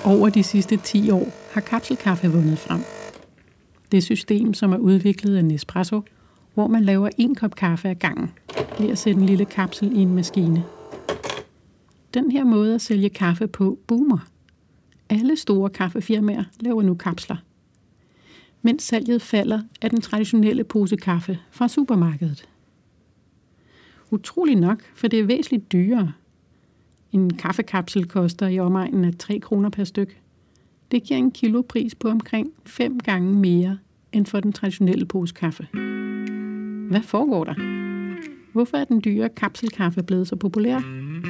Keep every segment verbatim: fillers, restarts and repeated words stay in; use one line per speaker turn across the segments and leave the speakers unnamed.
Over de sidste ti år har kapselkaffe vundet frem. Det system, som er udviklet af Nespresso, hvor man laver en kop kaffe ad gangen ved at sætte en lille kapsel i en maskine. Den her måde at sælge kaffe på boomer. Alle store kaffefirmaer laver nu kapsler. Mens salget falder af den traditionelle pose kaffe fra supermarkedet. Utrolig nok, for det er væsentligt dyrere. En kaffekapsel koster i omegnen af tre kroner per styk. Det giver en kilopris på omkring fem gange mere end for den traditionelle pose kaffe. Hvad foregår der? Hvorfor er den dyre kapselkaffe blevet så populær?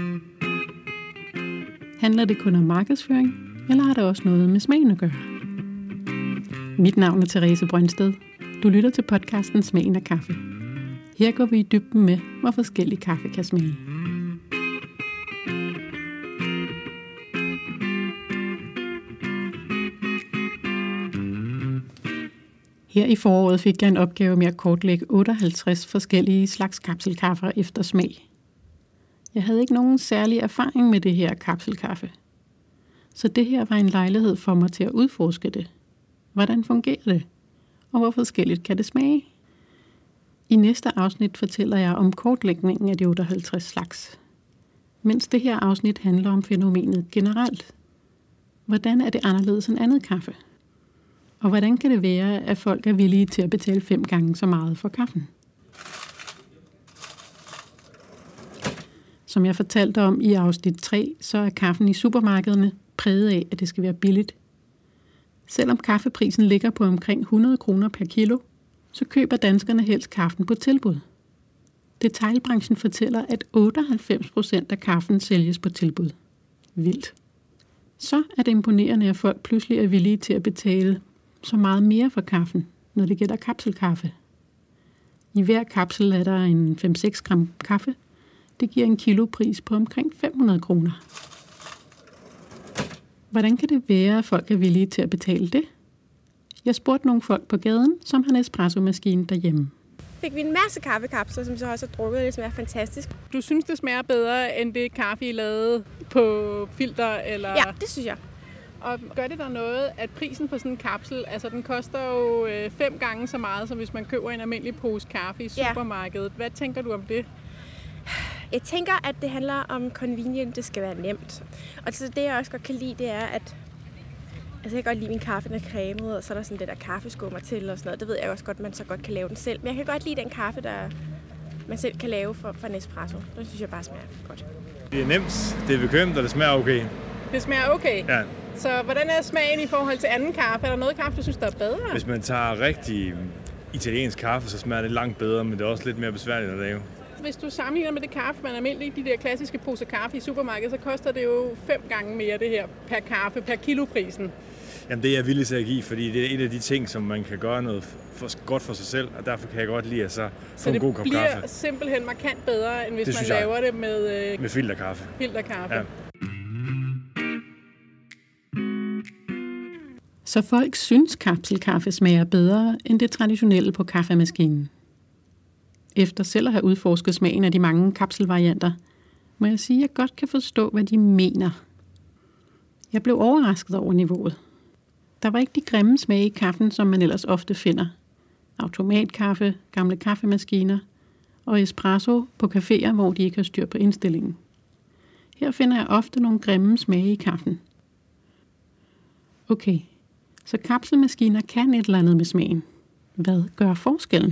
Handler det kun om markedsføring, eller har det også noget med smagen at gøre? Mit navn er Therese Brøndsted. Du lytter til podcasten Smagen af kaffe. Her går vi i dybden med, hvor forskellig kaffe kan smage. Her i foråret fik jeg en opgave med at kortlægge otteoghalvtreds forskellige slags kapselkaffer efter smag. Jeg havde ikke nogen særlig erfaring med det her kapselkaffe. Så det her var en lejlighed for mig til at udforske det. Hvordan fungerer det? Og hvor forskelligt kan det smage? I næste afsnit fortæller jeg om kortlægningen af de otteoghalvtreds slags. Mens det her afsnit handler om fænomenet generelt. Hvordan er det anderledes end andet kaffe? Og hvordan kan det være, at folk er villige til at betale fem gange så meget for kaffen? Som jeg fortalte om i afsnit tre, så er kaffen i supermarkederne præget af, at det skal være billigt. Selvom kaffeprisen ligger på omkring hundrede kroner per kilo, så køber danskerne helst kaffen på tilbud. Detailbranchen fortæller, at otteoghalvfems procent af kaffen sælges på tilbud. Vildt. Så er det imponerende, at folk pludselig er villige til at betale så meget mere for kaffen, når det gælder kapselkaffe. I hver kapsel er der en fem til seks gram kaffe. Det giver en kilopris på omkring fem hundrede kroner. Hvordan kan det være, at folk er villige til at betale det? Jeg spurgte nogle folk på gaden, som har en espresso-maskine derhjemme.
Fik vi en masse kaffekapsler, som vi så også har drukket. Det smager fantastisk.
Du synes, det smager bedre, end det kaffe, I lavede på filter? Eller?
Ja, det synes jeg.
Og gør det der noget, at prisen på sådan en kapsel, altså den koster jo øh, fem gange så meget, som hvis man køber en almindelig pose kaffe i supermarkedet. Ja. Hvad tænker du om det?
Jeg tænker, at det handler om convenient, det skal være nemt. Og så det, jeg også godt kan lide, det er, at altså, jeg kan godt lide min kaffe, den er cremet, og så er der sådan det der kaffeskummer til og sådan noget. Det ved jeg også godt, man så godt kan lave den selv. Men jeg kan godt lide den kaffe, der man selv kan lave for, for Nespresso. Det synes jeg bare smager godt.
Det er nemt, det er bekvemt, og det smager okay.
Det smager okay?
Ja.
Så hvordan er smagen i forhold til anden kaffe? Er der noget kaffe, du synes, der er bedre?
Hvis man tager rigtig italiensk kaffe, så smager det langt bedre, men det er også lidt mere besværligt at lave.
Hvis du sammenligner med det kaffe, man almindeligt de der klassiske poser kaffe i supermarkedet, så koster det jo fem gange mere det her per kaffe, per kiloprisen.
Jamen det er jeg villig til at give, fordi det er et af de ting, som man kan gøre noget for, godt for sig selv, og derfor kan jeg godt lide at så få en god kop kaffe.
Så det bliver simpelthen markant bedre, end hvis det man laver det med, øh,
med filterkaffe.
filterkaffe. Ja.
Så folk synes, kapselkaffe smager bedre end det traditionelle på kaffemaskinen. Efter selv at have udforsket smagen af de mange kapselvarianter, må jeg sige, at jeg godt kan forstå, hvad de mener. Jeg blev overrasket over niveauet. Der var ikke de grimme smage i kaffen, som man ellers ofte finder. Automatkaffe, gamle kaffemaskiner og espresso på caféer, hvor de ikke har styr på indstillingen. Her finder jeg ofte nogle grimme smage i kaffen. Okay, så kapselmaskiner kan et eller andet med smagen. Hvad gør forskellen?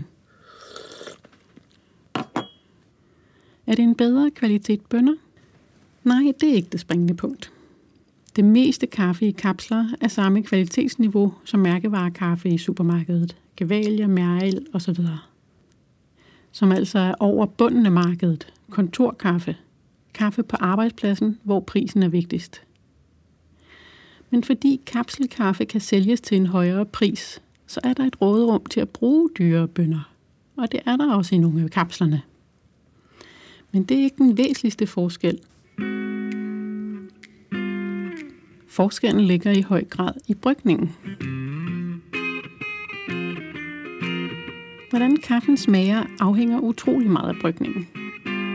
Er det en bedre kvalitet bønner? Nej, det er ikke det springende punkt. Det meste kaffe i kapsler er samme kvalitetsniveau som mærkevarekaffe i supermarkedet. Gevalia, Mæril osv. Som altså er over bunden af markedet. Kontorkaffe. Kaffe på arbejdspladsen, hvor prisen er vigtigst. Men fordi kapselkaffe kan sælges til en højere pris, så er der et råderum til at bruge dyre bønner. Og det er der også i nogle af kapslerne. Men det er ikke den væsentligste forskel. Forskellen ligger i høj grad i brygningen. Hvordan kaffen smager afhænger utrolig meget af brygningen.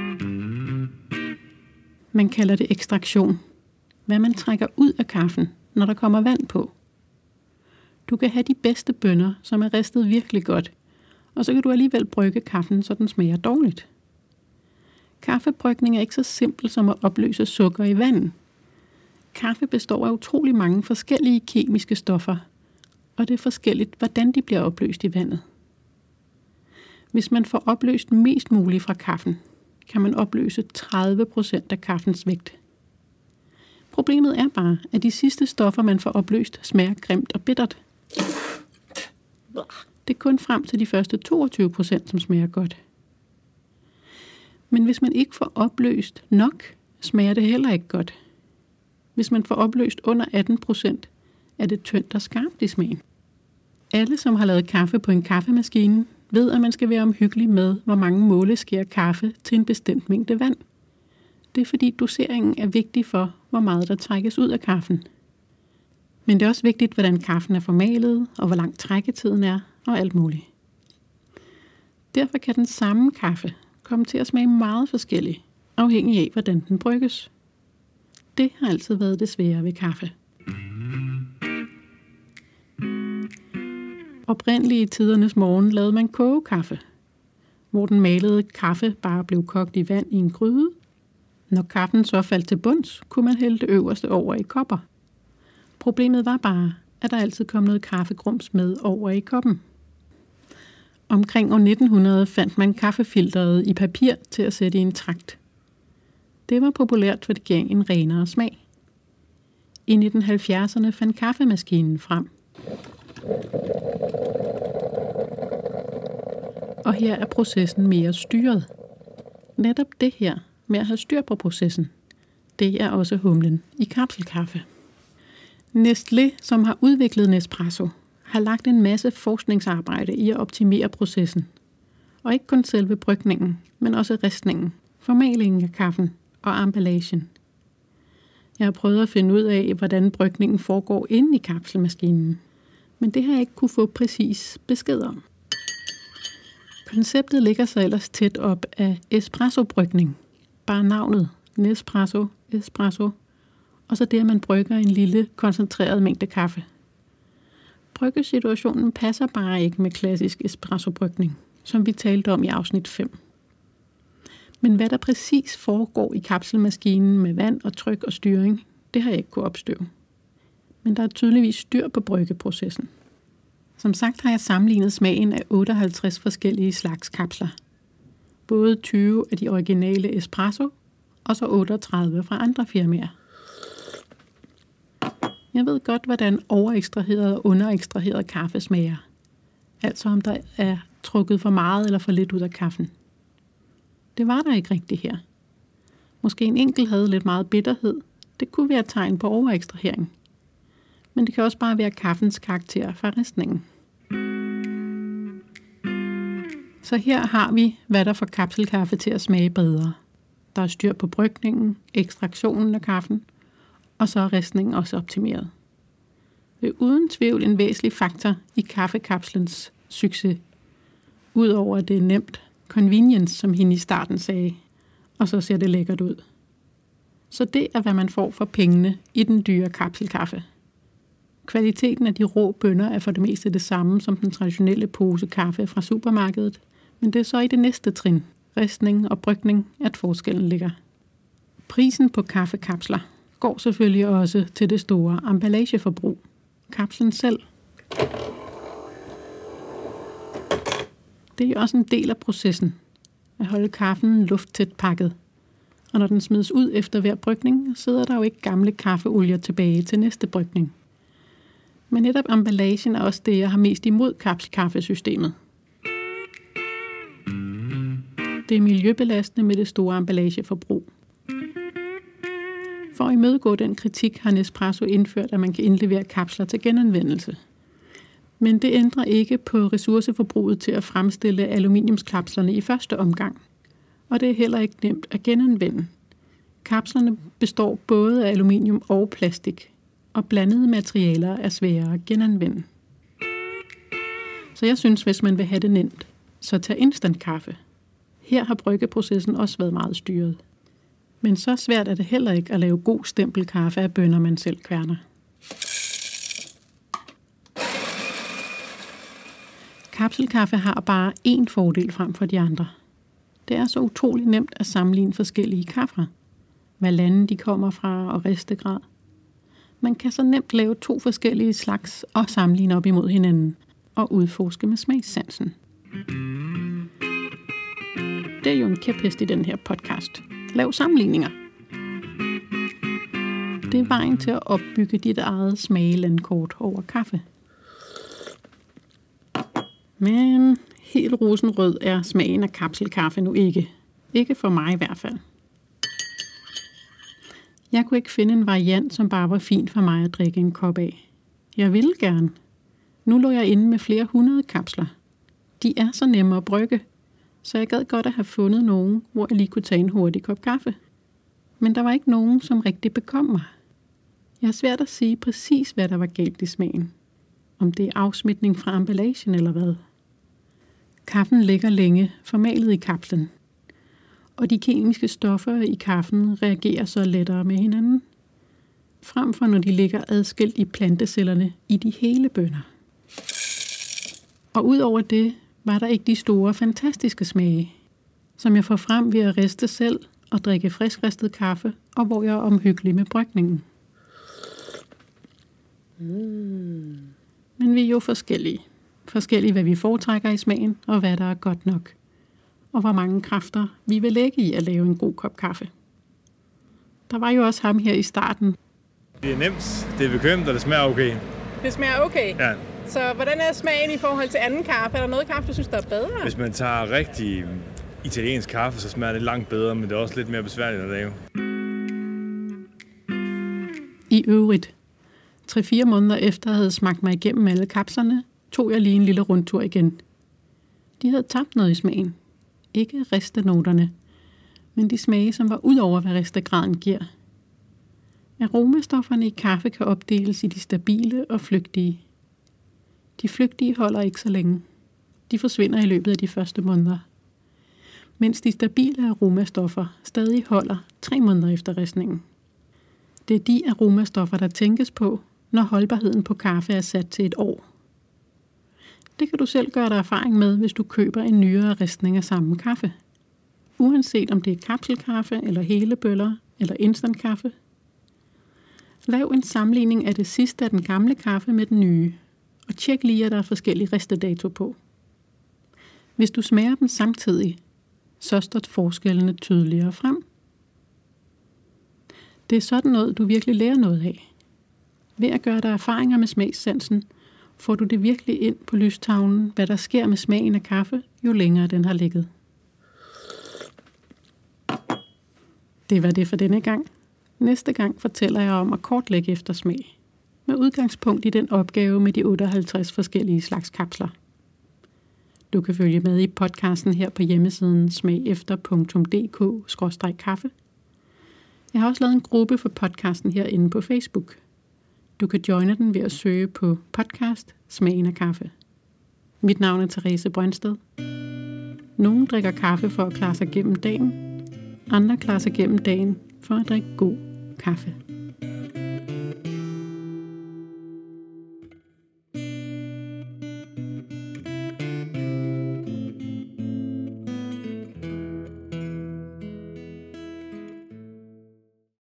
Man kalder det ekstraktion. Hvad man trækker ud af kaffen, når der kommer vand på. Du kan have de bedste bønner, som er ristet virkelig godt, og så kan du alligevel brygge kaffen, så den smager dårligt. Kaffebrygning er ikke så simpel som at opløse sukker i vand. Kaffe består af utrolig mange forskellige kemiske stoffer, og det er forskelligt, hvordan de bliver opløst i vandet. Hvis man får opløst mest muligt fra kaffen, kan man opløse tredive procent af kaffens vægt. Problemet er bare, at de sidste stoffer, man får opløst, smager grimt og bittert. Det er kun frem til de første toogtyve procent, som smager godt. Men hvis man ikke får opløst nok, smager det heller ikke godt. Hvis man får opløst under atten procent, er det tyndt og skarpt i smagen. Alle, som har lavet kaffe på en kaffemaskine, ved, at man skal være omhyggelig med, hvor mange måleskeer kaffe til en bestemt mængde vand. Det er fordi doseringen er vigtig for, hvor meget der trækkes ud af kaffen. Men det er også vigtigt, hvordan kaffen er formalet, og hvor lang trækketiden er, og alt muligt. Derfor kan den samme kaffe komme til at smage meget forskellig, afhængig af, hvordan den brygges. Det har altid været det svære ved kaffe. Oprindeligt i tidernes morgen lavede man kogekaffe, hvor den malede kaffe bare blev kogt i vand i en gryde. Når kaffen så faldt til bunds, kunne man hælde det øverste over i kopper. Problemet var bare, at der altid kom noget kaffegrums med over i koppen. Omkring år nitten hundrede fandt man kaffefilteret i papir til at sætte i en tragt. Det var populært, for det gav en renere smag. I nitten halvfjerdserne fandt kaffemaskinen frem. Og her er processen mere styret. Netop det her med at have styr på processen, det er også humlen i kapselkaffe. Nestlé, som har udviklet Nespresso, har lagt en masse forskningsarbejde i at optimere processen. Og ikke kun selve brygningen, men også ristningen, formalingen af kaffen og emballagen. Jeg har prøvet at finde ud af, hvordan brygningen foregår inde i kapselmaskinen, men det har jeg ikke kunne få præcis besked om. Konceptet ligger så ellers tæt op af espressobrygning. Bare navnet, Nespresso, espresso, og så det, at man brygger en lille, koncentreret mængde kaffe. Bryggesituationen passer bare ikke med klassisk espressobrygning, som vi talte om i afsnit fem. Men hvad der præcis foregår i kapselmaskinen med vand og tryk og styring, det har jeg ikke kunne opstøve. Men der er tydeligvis styr på bryggeprocessen. Som sagt har jeg sammenlignet smagen af otteoghalvtreds forskellige slags kapsler. Både tyve af de originale espresso, og så otteogtredive fra andre firmaer. Jeg ved godt, hvordan overekstraheret og underekstraheret kaffe smager. Altså om der er trukket for meget eller for lidt ud af kaffen. Det var der ikke rigtigt her. Måske en enkelt havde lidt meget bitterhed. Det kunne være et tegn på overekstrahering. Men det kan også bare være kaffens karakter fra ristningen. Så her har vi, hvad der får kapselkaffe til at smage bedre. Der er styr på brygningen, ekstraktionen af kaffen, og så er ristningen også optimeret. Det er uden tvivl en væsentlig faktor i kaffekapslens succes. Udover at det er nemt, convenience, som hende i starten sagde, og så ser det lækkert ud. Så det er, hvad man får for pengene i den dyre kapselkaffe. Kvaliteten af de rå bønner er for det meste det samme som den traditionelle pose kaffe fra supermarkedet, men det er så i det næste trin, ristning og brygning, at forskellen ligger. Prisen på kaffekapsler går selvfølgelig også til det store emballageforbrug. Kapslen selv. Det er også en del af processen, at holde kaffen lufttæt pakket. Og når den smides ud efter hver brygning, sidder der jo ikke gamle kaffeolier tilbage til næste brygning. Men netop emballagen er også det, jeg har mest imod kapselkaffesystemet. Det er miljøbelastende med det store emballageforbrug. For at imødegå den kritik har Nespresso indført, at man kan indlevere kapsler til genanvendelse. Men det ændrer ikke på ressourceforbruget til at fremstille aluminiumskapslerne i første omgang. Og det er heller ikke nemt at genanvende. Kapslerne består både af aluminium og plastik, og blandede materialer er svære at genanvende. Så jeg synes, hvis man vil have det nemt, så tag instant kaffe. Her har bryggeprocessen også været meget styret. Men så svært er det heller ikke at lave god stempelkaffe af bønner, man selv kværner. Kapselkaffe har bare én fordel frem for de andre. Det er så utroligt nemt at sammenligne forskellige kaffer. Hvad lande de kommer fra og ristegrad. Man kan så nemt lave to forskellige slags og sammenligne op imod hinanden og udforske med smagssansen. Det er jo en kæphest i den her podcast. Lav sammenligninger. Det er vejen til at opbygge dit eget smagelandkort over kaffe. Men helt rosenrød er smagen af kapselkaffe nu ikke. Ikke for mig i hvert fald. Jeg kunne ikke finde en variant, som bare var fint for mig at drikke en kop af. Jeg ville gerne. Nu lå jeg inde med flere hundrede kapsler. De er så nemme at brygge, så jeg gad godt at have fundet nogen, hvor jeg lige kunne tage en hurtig kop kaffe. Men der var ikke nogen, som rigtig bekom mig. Jeg har svært at sige præcis, hvad der var galt i smagen. Om det er afsmitning fra emballagen eller hvad. Kaffen ligger længe formalet i kapslen, og de kemiske stoffer i kaffen reagerer så lettere med hinanden, frem for når de ligger adskilt i plantecellerne i de hele bønner. Og udover det var der ikke de store, fantastiske smage, som jeg får frem ved at riste selv og drikke friskristet kaffe, og hvor jeg er omhyggelig med brygningen. Mm. Men vi er jo forskellige. Forskellige, hvad vi foretrækker i smagen, og hvad der er godt nok. Og hvor mange kræfter vi vil lægge i at lave en god kop kaffe. Der var jo også ham her i starten.
Det er nemt, det er bekvemt, og det smager okay.
Det smager okay?
Ja.
Så hvordan er smagen i forhold til anden kaffe? Er der noget kaffe, du synes, der er bedre?
Hvis man tager rigtig italiensk kaffe, så smager det langt bedre, men det er også lidt mere besværligt at lave.
I øvrigt, tre-fire måneder efter jeg havde smagt mig igennem alle kapslerne, tog jeg lige en lille rundtur igen. De havde tabt noget i smagen. Ikke restenoterne, men de smage, som var ud over, hvad restegraden giver. Aromastofferne i kaffe kan opdeles i de stabile og flygtige. De flygtige holder ikke så længe. De forsvinder i løbet af de første måneder. Mens de stabile aromastoffer stadig holder tre måneder efter ristningen. Det er de aromastoffer, der tænkes på, når holdbarheden på kaffe er sat til et år. Det kan du selv gøre dig erfaring med, hvis du køber en nyere ristning af samme kaffe. Uanset om det er kapselkaffe, eller hele bøller, eller instantkaffe. Lav en sammenligning af det sidste af den gamle kaffe med den nye, og tjek lige, at der er forskellige restedato på. Hvis du smager dem samtidig, så står forskellene tydeligere frem. Det er sådan noget, du virkelig lærer noget af. Ved at gøre dig erfaringer med smagssansen, får du det virkelig ind på lystavlen, hvad der sker med smagen af kaffe, jo længere den har ligget. Det var det for denne gang. Næste gang fortæller jeg om at kortlægge efter smag, med udgangspunkt i den opgave med de otteoghalvtreds forskellige slags kapsler. Du kan følge med i podcasten her på hjemmesiden smagefter punktum d k skråstreg kaffe. Jeg har også lavet en gruppe for podcasten herinde på Facebook. Du kan joine den ved at søge på podcast Smagen af kaffe. Mit navn er Therese Brøndsted. Nogle drikker kaffe for at klare sig gennem dagen. Andre klarer sig gennem dagen for at drikke god kaffe.